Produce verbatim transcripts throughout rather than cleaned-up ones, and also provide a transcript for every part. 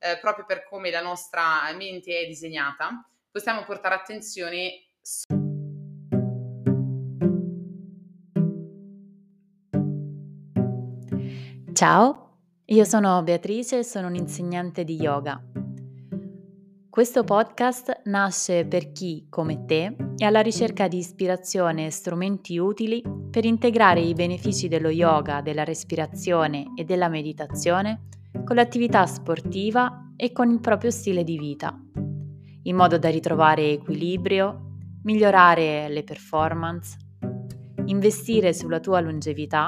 eh, proprio per come la nostra mente è disegnata, possiamo portare attenzione. Ciao, io sono Beatrice e sono un'insegnante di yoga. Questo podcast nasce per chi, come te, è alla ricerca di ispirazione e strumenti utili per integrare i benefici dello yoga, della respirazione e della meditazione con l'attività sportiva e con il proprio stile di vita, in modo da ritrovare equilibrio, migliorare le performance, investire sulla tua longevità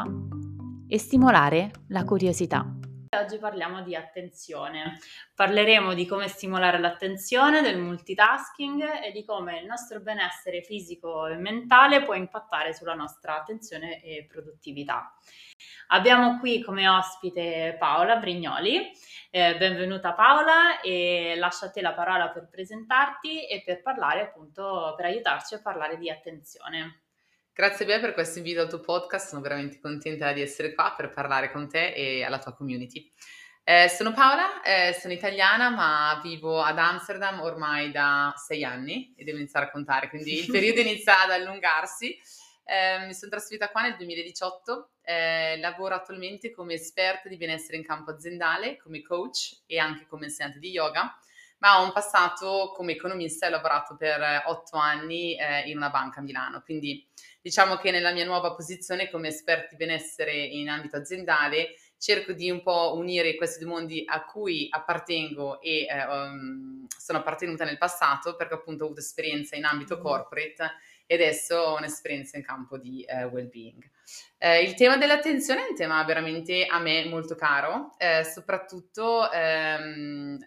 e stimolare la curiosità. Oggi parliamo di attenzione. Parleremo di come stimolare l'attenzione, del multitasking e di come il nostro benessere fisico e mentale può impattare sulla nostra attenzione e produttività. Abbiamo qui come ospite Paola Brignoli. Eh, benvenuta Paola, e lascio a te la parola per presentarti e per parlare appunto, per aiutarci a parlare di attenzione. Grazie Bea per questo invito al tuo podcast, sono veramente contenta di essere qua per parlare con te e alla tua community. Eh, sono Paola, eh, sono italiana ma vivo ad Amsterdam ormai da sei anni e devo iniziare a contare, quindi il periodo inizia ad allungarsi. Eh, mi sono trasferita qua nel duemiladiciotto, eh, lavoro attualmente come esperta di benessere in campo aziendale, come coach e anche come insegnante di yoga, ma ho un passato come economista e ho lavorato per otto anni eh, in una banca a Milano, quindi diciamo che nella mia nuova posizione come esperta di benessere in ambito aziendale cerco di un po' unire questi due mondi a cui appartengo e eh, um, sono appartenuta nel passato, perché appunto ho avuto esperienza in ambito corporate e adesso ho un'esperienza in campo di eh, well-being. Eh, il tema dell'attenzione è un tema veramente a me molto caro, eh, soprattutto ehm,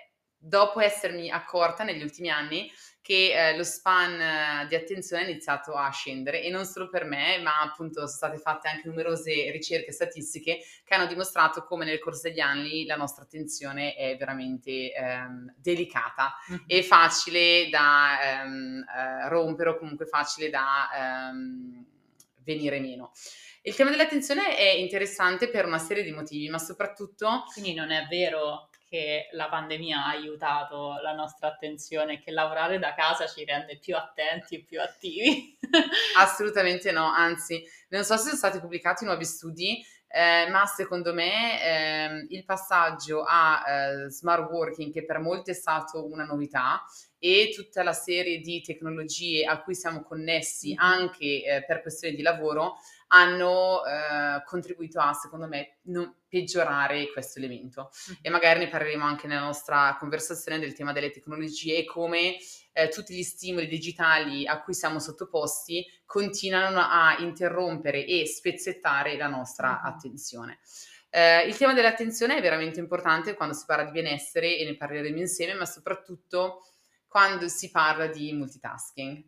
dopo essermi accorta negli ultimi anni che eh, lo span eh, di attenzione è iniziato a scendere, e non solo per me, ma appunto sono state fatte anche numerose ricerche statistiche che hanno dimostrato come nel corso degli anni la nostra attenzione è veramente ehm, delicata mm-hmm. e facile da ehm, eh, rompere, o comunque facile da ehm, venire meno. Il tema dell'attenzione è interessante per una serie di motivi, ma soprattutto... Quindi non è vero che la pandemia ha aiutato la nostra attenzione, che lavorare da casa ci rende più attenti e più attivi? Assolutamente no, anzi, non so se sono stati pubblicati nuovi studi, eh, ma secondo me eh, il passaggio a eh, smart working, che per molti è stato una novità, e tutta la serie di tecnologie a cui siamo connessi anche eh, per questioni di lavoro, hanno eh, contribuito a, secondo me, non peggiorare questo elemento. Mm. E magari ne parleremo anche nella nostra conversazione del tema delle tecnologie e come eh, tutti gli stimoli digitali a cui siamo sottoposti continuano a interrompere e spezzettare la nostra mm. attenzione. Eh, il tema dell'attenzione è veramente importante quando si parla di benessere, e ne parleremo insieme, ma soprattutto quando si parla di multitasking.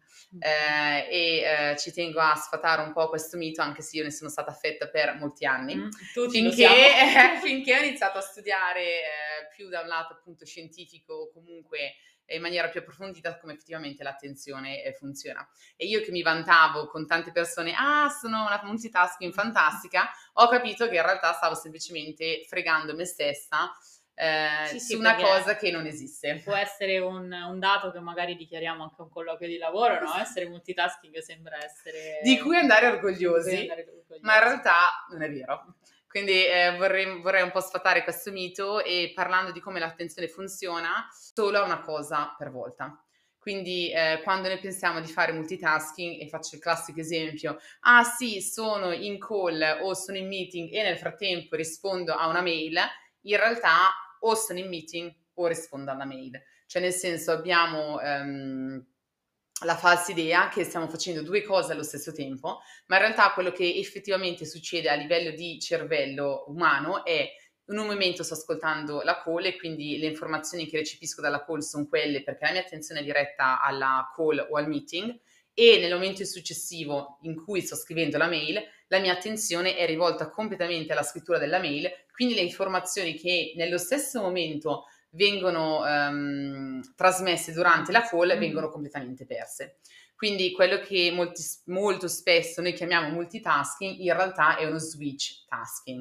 Eh, e eh, ci tengo a sfatare un po' questo mito, anche se io ne sono stata affetta per molti anni, mm, finché, eh, finché ho iniziato a studiare eh, più da un lato appunto scientifico, comunque in maniera più approfondita, come effettivamente l'attenzione eh, funziona. E io che mi vantavo con tante persone, ah, sono una multitasking fantastica, ho capito che in realtà stavo semplicemente fregando me stessa Eh, sì, sì, su una cosa che non esiste. Può essere un, un dato che magari dichiariamo anche a un colloquio di lavoro, no? Essere multitasking sembra essere... Di cui andare orgogliosi, cui andare orgogliosi. Ma in realtà non è vero. Quindi eh, vorrei, vorrei un po' sfatare questo mito, e parlando di come l'attenzione funziona, solo a una cosa per volta. Quindi eh, quando noi pensiamo di fare multitasking, e faccio il classico esempio, ah sì, sono in call o sono in meeting e nel frattempo rispondo a una mail, in realtà o sono in meeting o rispondo alla mail. Cioè nel senso abbiamo ehm, la falsa idea che stiamo facendo due cose allo stesso tempo, ma in realtà quello che effettivamente succede a livello di cervello umano è: in un momento sto ascoltando la call e quindi le informazioni che recepisco dalla call sono quelle perché la mia attenzione è diretta alla call o al meeting, e nel momento successivo in cui sto scrivendo la mail la mia attenzione è rivolta completamente alla scrittura della mail, quindi le informazioni che nello stesso momento vengono um, trasmesse durante la call mm-hmm. vengono completamente perse. Quindi quello che molti, molto spesso noi chiamiamo multitasking in realtà è uno switch tasking.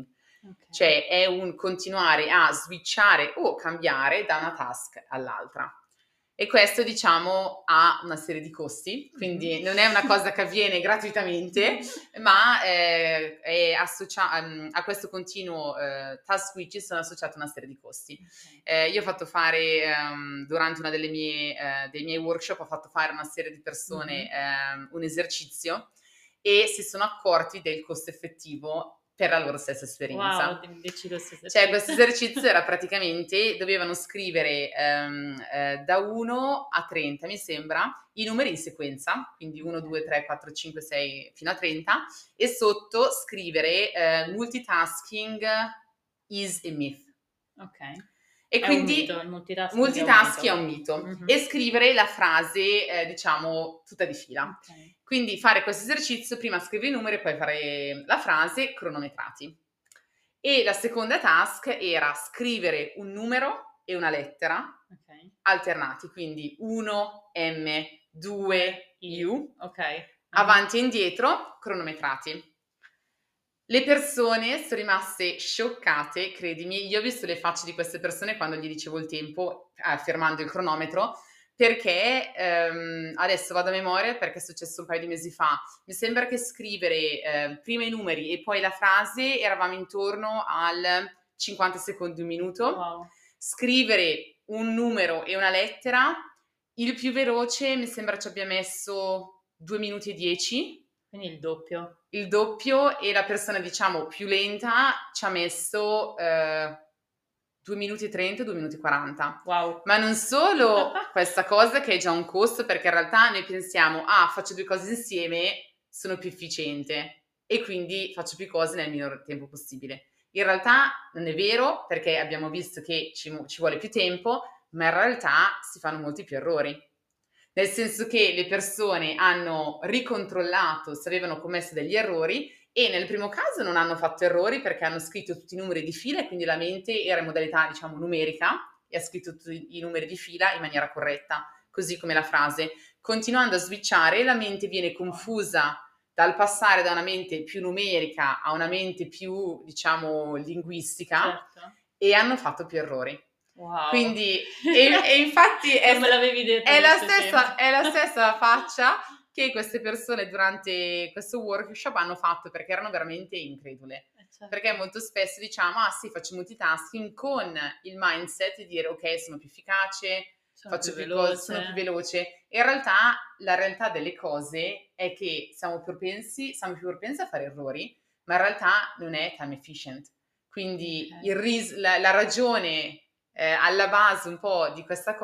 Okay. Cioè è un continuare a switchare o cambiare da una task all'altra. E questo, diciamo, ha una serie di costi, quindi mm-hmm. non è una cosa che avviene gratuitamente, ma eh, è associa- a questo continuo eh, task switch sono associate una serie di costi. Okay. Eh, io ho fatto fare, um, durante una delle mie, uh, dei miei workshop, ho fatto fare a una serie di persone mm-hmm. um, un esercizio e si sono accorti del costo effettivo per la loro stessa esperienza. Wow, invece questo esercizio. Cioè questo esercizio era praticamente, dovevano scrivere um, eh, da uno a trenta, mi sembra, i numeri in sequenza, quindi uno, due, tre, quattro, cinque, sei fino a trenta, e sotto scrivere eh, multitasking is a myth. Ok. E è quindi un mito, il multitasking, multitasking è un mito, un mito. Mm-hmm. E scrivere la frase eh, diciamo tutta di fila. Okay. Quindi fare questo esercizio, prima scrivere i numeri e poi fare la frase cronometrati. E la seconda task era scrivere un numero e una lettera okay. alternati, quindi uno M, due U, okay. uh-huh. avanti e indietro cronometrati. Le persone sono rimaste scioccate, credimi, io ho visto le facce di queste persone quando gli dicevo il tempo, eh, fermando il cronometro, perché ehm, adesso vado a memoria perché è successo un paio di mesi fa, mi sembra che scrivere eh, prima i numeri e poi la frase eravamo intorno al cinquanta secondi, un minuto, wow. Scrivere un numero e una lettera, il più veloce mi sembra ci abbia messo due minuti e dieci. Quindi il doppio. Il doppio, e la persona, diciamo, più lenta ci ha messo eh, due minuti e trenta, due minuti e quaranta. Wow. Ma non solo questa cosa, che è già un costo, perché in realtà noi pensiamo, ah, faccio due cose insieme, sono più efficiente e quindi faccio più cose nel minor tempo possibile. In realtà non è vero, perché abbiamo visto che ci, ci vuole più tempo, ma in realtà si fanno molti più errori. Nel senso che le persone hanno ricontrollato se avevano commesso degli errori e nel primo caso non hanno fatto errori perché hanno scritto tutti i numeri di fila e quindi la mente era in modalità, diciamo, numerica e ha scritto tutti i numeri di fila in maniera corretta, così come la frase. Continuando a switchare, la mente viene confusa dal passare da una mente più numerica a una mente più, diciamo, linguistica, certo. E hanno fatto più errori. Wow. Quindi, e, e infatti è, me l'avevi detto è, la stessa, è la stessa faccia che queste persone durante questo workshop hanno fatto, perché erano veramente incredule. Certo. Perché molto spesso diciamo, ah sì, faccio multitasking con il mindset di dire ok, sono più efficace, sono faccio più, più cose, sono più veloce. E in realtà la realtà delle cose è che siamo propensi, siamo più propensi a fare errori, ma in realtà non è time efficient. Quindi okay. il ris- la, la ragione Eh, alla base un po' di questa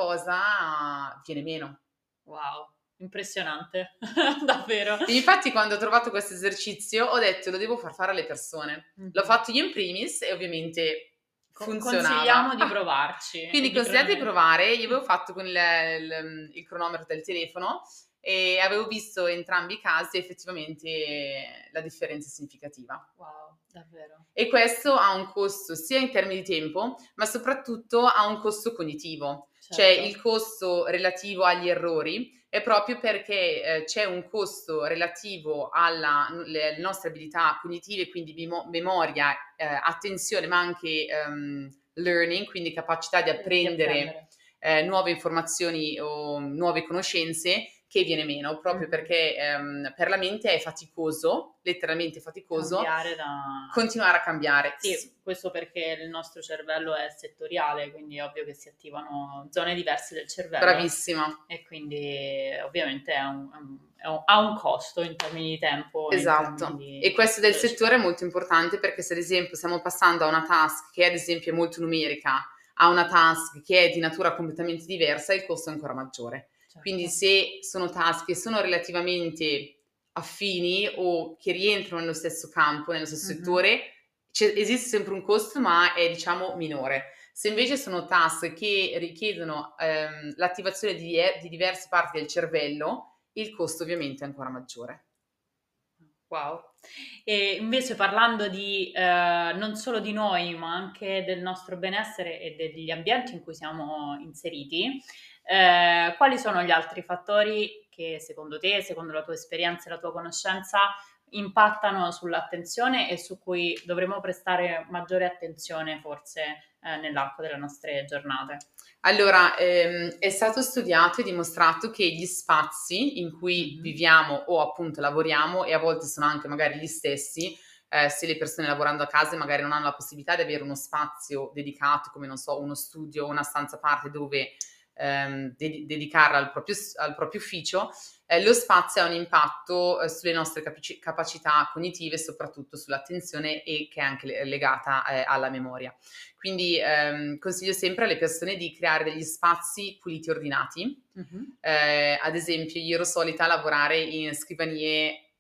cosa viene meno. Wow, impressionante, davvero. E infatti quando ho trovato questo esercizio ho detto lo devo far fare alle persone. Mm-hmm. L'ho fatto io in primis e ovviamente funzionava. Consigliamo di provarci. Quindi consigliate di provare. Io avevo fatto con il, il, il cronometro del telefono e avevo visto entrambi i casi e effettivamente la differenza è significativa. Wow. Davvero. E questo ha un costo sia in termini di tempo, ma soprattutto ha un costo cognitivo. Certo. Cioè il costo relativo agli errori è proprio perché eh, c'è un costo relativo alla, alle nostre abilità cognitive, quindi memo- memoria, eh, attenzione, ma anche um, learning, quindi capacità di apprendere, di apprendere. Eh, nuove informazioni o nuove conoscenze, che viene meno, proprio mm. perché ehm, per la mente è faticoso, letteralmente faticoso, da... continuare a cambiare. Sì, questo perché il nostro cervello è settoriale, quindi è ovvio che si attivano zone diverse del cervello. Bravissima. E quindi ovviamente è un, è un, ha un costo in termini di tempo. Esatto, di e questo del settore è molto importante perché se ad esempio stiamo passando a una task che ad esempio è molto numerica, a una task che è di natura completamente diversa, il costo è ancora maggiore. Certo. Quindi se sono task che sono relativamente affini o che rientrano nello stesso campo, nello stesso mm-hmm. settore, esiste sempre un costo ma è diciamo minore. Se invece sono task che richiedono ehm, l'attivazione di, di diverse parti del cervello, il costo ovviamente è ancora maggiore. Wow. E invece parlando di eh, non solo di noi ma anche del nostro benessere e degli ambienti in cui siamo inseriti, eh, quali sono gli altri fattori che secondo te, secondo la tua esperienza e la tua conoscenza impattano sull'attenzione e su cui dovremo prestare maggiore attenzione forse eh, nell'arco delle nostre giornate? Allora, ehm, è stato studiato e dimostrato che gli spazi in cui Mhm. viviamo o appunto lavoriamo, e a volte sono anche magari gli stessi, eh, se le persone lavorando a casa magari non hanno la possibilità di avere uno spazio dedicato, come non so, uno studio o una stanza a parte dove ehm, ded- dedicarla al proprio, al proprio ufficio, eh, lo spazio ha un impatto eh, sulle nostre capici- capacità cognitive, soprattutto sull'attenzione, e che è anche le- legata eh, alla memoria. Quindi ehm, consiglio sempre alle persone di creare degli spazi puliti e ordinati. Mhm. Eh, ad esempio, io ero solita lavorare in scrivanie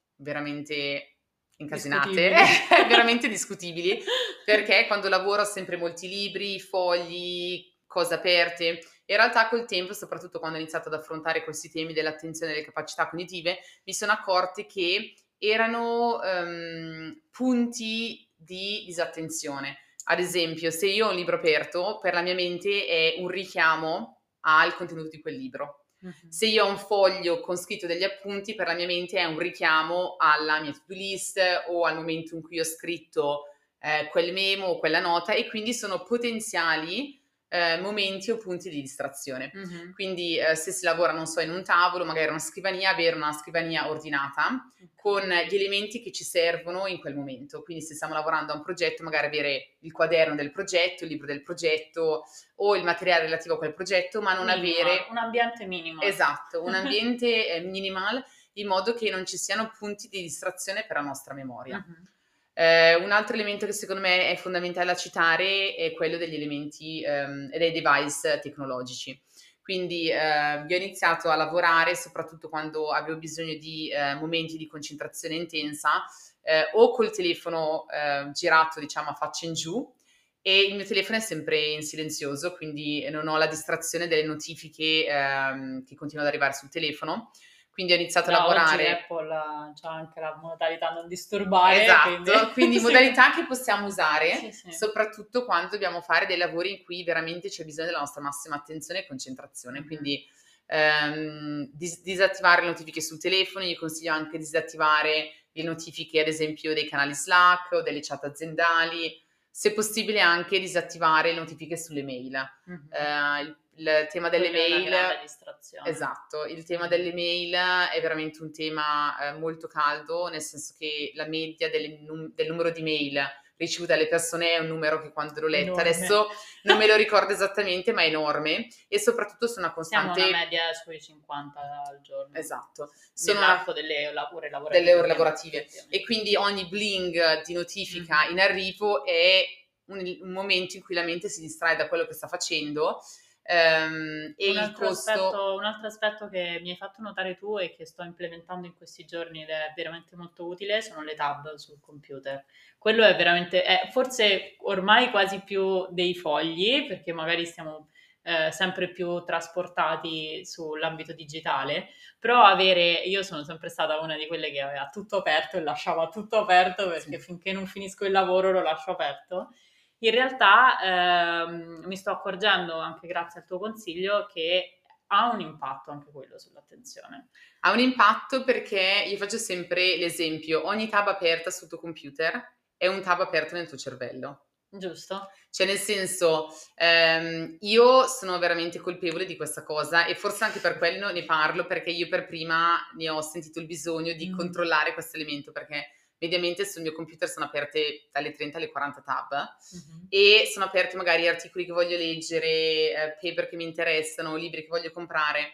veramente incasinate, Discutibili. veramente discutibili, perché quando lavoro ho sempre molti libri, fogli, cose aperte. In realtà col tempo, soprattutto quando ho iniziato ad affrontare questi temi dell'attenzione e delle capacità cognitive, mi sono accorta che erano um, punti di disattenzione. Ad esempio, se io ho un libro aperto, per la mia mente è un richiamo al contenuto di quel libro. Mhm. Se io ho un foglio con scritto degli appunti, per la mia mente è un richiamo alla mia to-do list o al momento in cui ho scritto eh, quel memo o quella nota, e quindi sono potenziali eh, momenti o punti di distrazione. Mhm. Quindi eh, se si lavora, non so, in un tavolo, magari una scrivania, avere una scrivania ordinata con gli elementi che ci servono in quel momento. Quindi se stiamo lavorando a un progetto, magari avere il quaderno del progetto, il libro del progetto o il materiale relativo a quel progetto, ma non Minimal, avere... un ambiente minimal. Esatto, un ambiente eh, minimal, in modo che non ci siano punti di distrazione per la nostra memoria. Mhm. Eh, un altro elemento che secondo me è fondamentale da citare è quello degli elementi ehm, e dei device tecnologici. Quindi eh, io ho iniziato a lavorare soprattutto quando avevo bisogno di eh, momenti di concentrazione intensa, eh, o col telefono eh, girato, diciamo, a faccia in giù, e il mio telefono è sempre in silenzioso, quindi non ho la distrazione delle notifiche ehm, che continuano ad arrivare sul telefono. Quindi ho iniziato Da a oggi lavorare... Apple ha anche la modalità non disturbare, Esatto, quindi, quindi sì. modalità che possiamo usare Sì, sì. soprattutto quando dobbiamo fare dei lavori in cui veramente c'è bisogno della nostra massima attenzione e concentrazione. Mhm. Quindi ehm, dis- disattivare le notifiche sul telefono. Io consiglio anche di disattivare le notifiche, ad esempio, dei canali Slack o delle chat aziendali, se possibile anche disattivare le notifiche sulle mail. Mhm. Eh, il, il tema delle Quella è una mail... grande distrazione. Esatto, il tema Mhm. delle mail è veramente un tema eh, molto caldo, nel senso che la media delle num- del numero di mail ricevute dalle persone è un numero che quando l'ho letta Enorme. adesso non me lo ricordo esattamente, ma è enorme, e soprattutto sono una Siamo costante... una media sui cinquanta al giorno. Esatto, sono Nell'arco una... delle ore lavorative. delle ore lavorative, ovviamente. e quindi ogni bling di notifica Mhm. in arrivo è un, un momento in cui la mente si distrae da quello che sta facendo. ehm, e Un il altro, costo... aspetto, un altro aspetto che mi hai fatto notare tu e che sto implementando in questi giorni ed è veramente molto utile sono le tab sul computer. Quello è veramente, è forse ormai quasi più dei fogli, perché magari stiamo eh, sempre più trasportati sull'ambito digitale, però avere, io sono sempre stata una di quelle che aveva tutto aperto e lasciava tutto aperto perché Sì. finché non finisco il lavoro lo lascio aperto. In realtà ehm, mi sto accorgendo, anche grazie al tuo consiglio, che ha un impatto anche quello sull'attenzione. Ha un impatto perché io faccio sempre l'esempio: ogni tab aperta sul tuo computer è un tab aperto nel tuo cervello. Giusto? Cioè, nel senso, ehm, io sono veramente colpevole di questa cosa, e forse anche per quello ne parlo, perché io per prima ne ho sentito il bisogno di Mm. controllare questo elemento, perché mediamente sul mio computer sono aperte dalle trenta alle quaranta tab, Mhm. e sono aperti magari articoli che voglio leggere, eh, paper che mi interessano, libri che voglio comprare,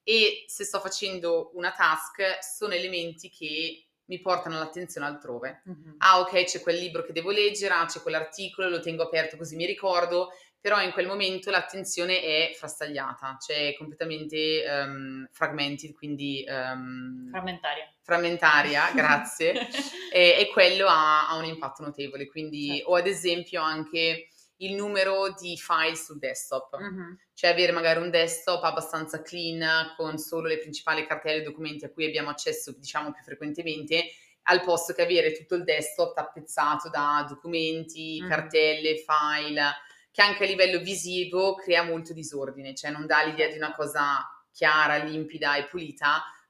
e se sto facendo una task sono elementi che mi portano l'attenzione altrove. Mhm. Ah, ok, c'è quel libro che devo leggere, ah, c'è quell'articolo, lo tengo aperto così mi ricordo, però in quel momento l'attenzione è frastagliata, cioè completamente um, fragmented, quindi um, Frammentaria. frammentaria, grazie, e, e quello ha, ha un impatto notevole. Quindi, Certo. o ad esempio anche il numero di file sul desktop, Mhm. cioè avere magari un desktop abbastanza clean con solo le principali cartelle e documenti a cui abbiamo accesso, diciamo, più frequentemente, al posto che avere tutto il desktop tappezzato da documenti, Mhm. cartelle, file, che anche a livello visivo crea molto disordine, cioè non dà l'idea di una cosa chiara, limpida e pulita,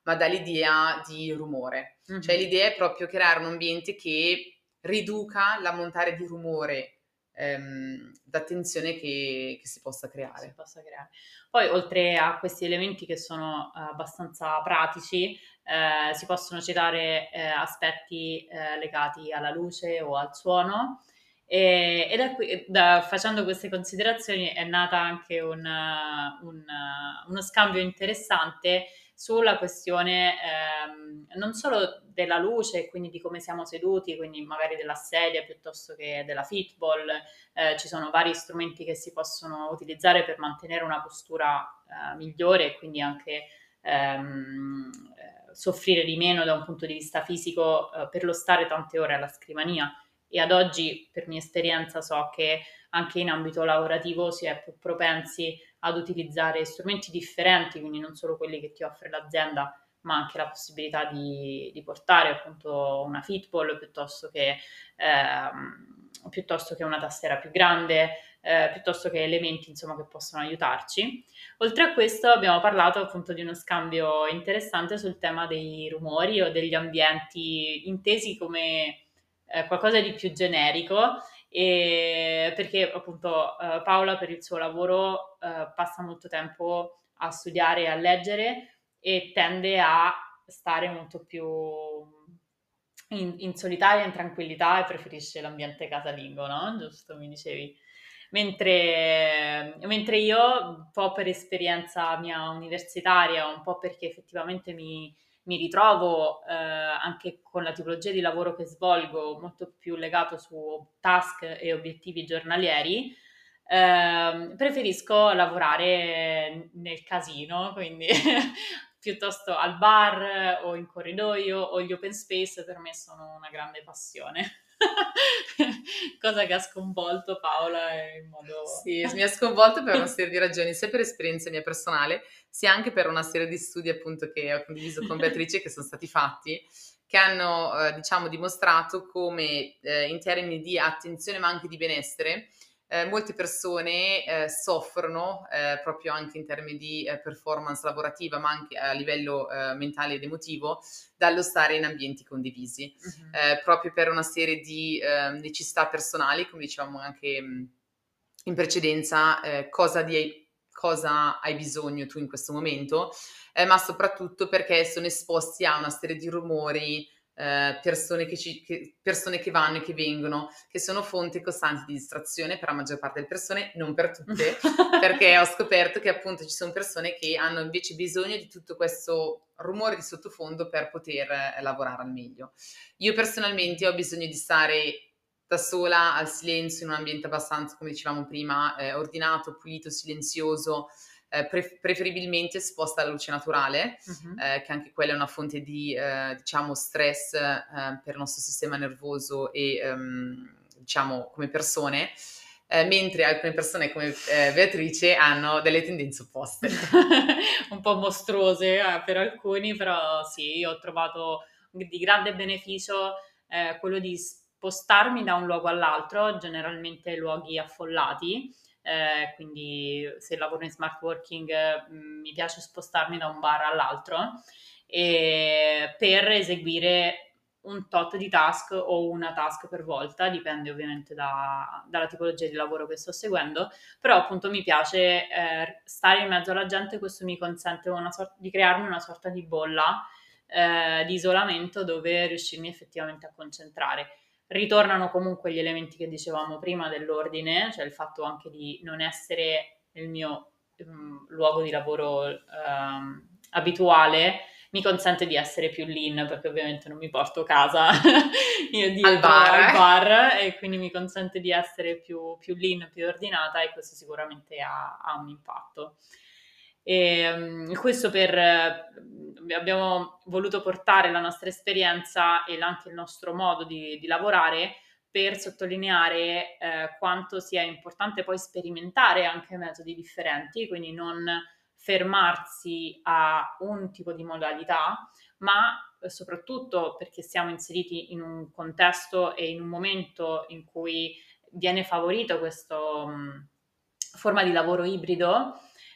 ma dall'idea di rumore. Mhm. Cioè l'idea è proprio creare un ambiente che riduca l'ammontare di rumore ehm, d'attenzione che, che si possa creare. Si possa creare. Poi, oltre a questi elementi che sono eh, abbastanza pratici, eh, si possono citare eh, aspetti eh, legati alla luce o al suono. E, e da qui, da- facendo queste considerazioni è nata anche un, uh, un, uh, uno scambio interessante sulla questione ehm, non solo della luce, quindi di come siamo seduti, quindi magari della sedia piuttosto che della fitball. Eh, ci sono vari strumenti che si possono utilizzare per mantenere una postura eh, migliore e quindi anche ehm, eh, soffrire di meno da un punto di vista fisico eh, per lo stare tante ore alla scrivania. E ad oggi, per mia esperienza, so che anche in ambito lavorativo si è più propensi ad utilizzare strumenti differenti, quindi non solo quelli che ti offre l'azienda, ma anche la possibilità di, di portare appunto una fitball piuttosto che, ehm, piuttosto che una tastiera più grande, eh, piuttosto che elementi insomma che possono aiutarci. Oltre a questo abbiamo parlato appunto di uno scambio interessante sul tema dei rumori o degli ambienti intesi come eh, qualcosa di più generico, e perché appunto eh, Paola per il suo lavoro eh, passa molto tempo a studiare e a leggere e tende a stare molto più in, in solitaria, in tranquillità e preferisce l'ambiente casalingo, no? Giusto, mi dicevi. Mentre, mentre io, un po' per esperienza mia universitaria, un po' perché effettivamente mi, mi ritrovo eh, anche con la tipologia di lavoro che svolgo molto più legato su task e obiettivi giornalieri, ehm, preferisco lavorare nel casino, quindi piuttosto al bar o in corridoio o gli open space per me sono una grande passione. Cosa che ha sconvolto Paola in modo... Sì, mi ha sconvolto per una serie di ragioni, sia per esperienza mia personale, sia anche per una serie di studi appunto che ho condiviso con Beatrice che sono stati fatti, che hanno eh, diciamo dimostrato come eh, in termini di attenzione ma anche di benessere eh, molte persone eh, soffrono eh, proprio anche in termini di eh, performance lavorativa ma anche a livello eh, mentale ed emotivo dallo stare in ambienti condivisi, Mhm. eh, proprio per una serie di eh, necessità personali, come dicevamo anche mh, in precedenza, eh, cosa, di, cosa hai bisogno tu in questo momento, eh, ma soprattutto perché sono esposti a una serie di rumori, eh, persone, che ci, che, persone che vanno e che vengono, che sono fonte costante di distrazione per la maggior parte delle persone, non per tutte, perché ho scoperto che appunto ci sono persone che hanno invece bisogno di tutto questo rumore di sottofondo per poter eh, lavorare al meglio. Io personalmente ho bisogno di stare da sola, al silenzio, in un ambiente abbastanza, come dicevamo prima, eh, ordinato, pulito, silenzioso, eh, pre- preferibilmente esposta alla luce naturale, Mhm. eh, che anche quella è una fonte di, eh, diciamo, stress eh, per il nostro sistema nervoso e, ehm, diciamo, come persone. Eh, mentre alcune persone come eh, Beatrice hanno delle tendenze opposte. Un po' mostruose eh, per alcuni, però sì, io ho trovato di grande beneficio eh, quello di spostarmi da un luogo all'altro, generalmente luoghi affollati, eh, quindi se lavoro in smart working eh, mi piace spostarmi da un bar all'altro e per eseguire un tot di task o una task per volta, dipende ovviamente da- dalla tipologia di lavoro che sto seguendo, però appunto mi piace eh, stare in mezzo alla gente, questo mi consente una sorta, di crearmi una sorta di bolla eh, di isolamento dove riuscirmi effettivamente a concentrare. Ritornano comunque gli elementi che dicevamo prima dell'ordine, cioè il fatto anche di non essere nel mio um, luogo di lavoro um, abituale, mi consente di essere più lean perché ovviamente non mi porto a casa io dietro Al bar, al eh? bar e quindi mi consente di essere più, più lean, più ordinata e questo sicuramente ha, ha un impatto. E, um, questo per eh, abbiamo voluto portare la nostra esperienza e anche il nostro modo di, di lavorare per sottolineare eh, quanto sia importante poi sperimentare anche metodi differenti, quindi non fermarsi a un tipo di modalità, ma soprattutto perché siamo inseriti in un contesto e in un momento in cui viene favorito questa forma di lavoro ibrido,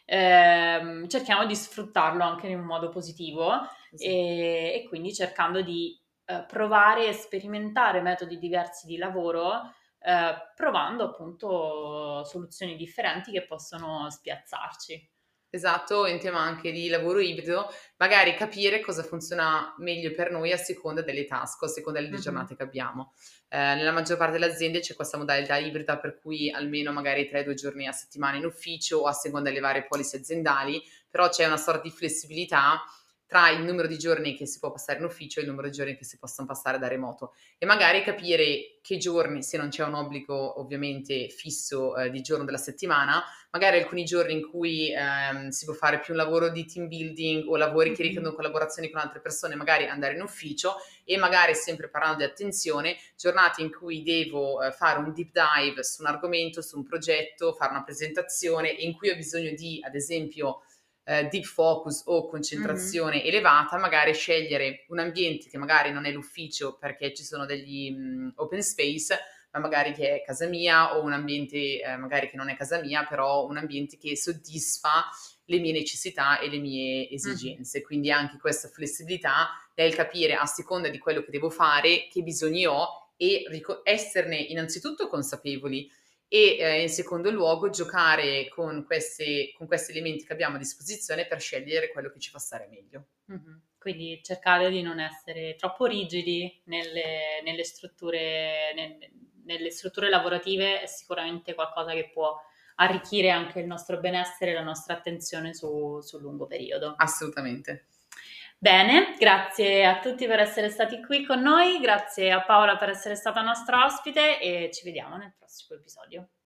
ehm, cerchiamo di sfruttarlo anche in un modo positivo Esatto. e, e quindi cercando di eh, provare e sperimentare metodi diversi di lavoro, eh, provando appunto soluzioni differenti che possono spiazzarci. Esatto, in tema anche di lavoro ibrido, magari capire cosa funziona meglio per noi a seconda delle task, o a seconda delle Mhm. giornate che abbiamo. Eh, nella maggior parte delle aziende c'è questa modalità ibrida per cui almeno magari tre due giorni a settimana in ufficio o a seconda delle varie policy aziendali, però c'è una sorta di flessibilità tra il numero di giorni che si può passare in ufficio e il numero di giorni che si possono passare da remoto e magari capire che giorni, se non c'è un obbligo ovviamente fisso eh, di giorno della settimana, magari alcuni giorni in cui ehm, si può fare più un lavoro di team building o lavori che richiedono collaborazioni con altre persone, magari andare in ufficio e magari sempre parlando di attenzione, giornate in cui devo eh, fare un deep dive su un argomento, su un progetto, fare una presentazione in cui ho bisogno di, ad esempio, eh, deep focus o concentrazione mm-hmm. elevata, magari scegliere un ambiente che magari non è l'ufficio perché ci sono degli mh, open space, ma magari che è casa mia o un ambiente eh, magari che non è casa mia, però un ambiente che soddisfa le mie necessità e le mie esigenze. Mm-hmm. Quindi anche questa flessibilità nel capire a seconda di quello che devo fare, che bisogni ho e ric- esserne innanzitutto consapevoli e eh, in secondo luogo giocare con, queste, con questi elementi che abbiamo a disposizione per scegliere quello che ci fa stare meglio. Mm-hmm. Quindi cercare di non essere troppo rigidi nelle, nelle, strutture, nel, nelle strutture lavorative è sicuramente qualcosa che può arricchire anche il nostro benessere e la nostra attenzione su, sul lungo periodo. Assolutamente. Bene, grazie a tutti per essere stati qui con noi, grazie a Paola per essere stata nostra ospite e ci vediamo nel prossimo episodio.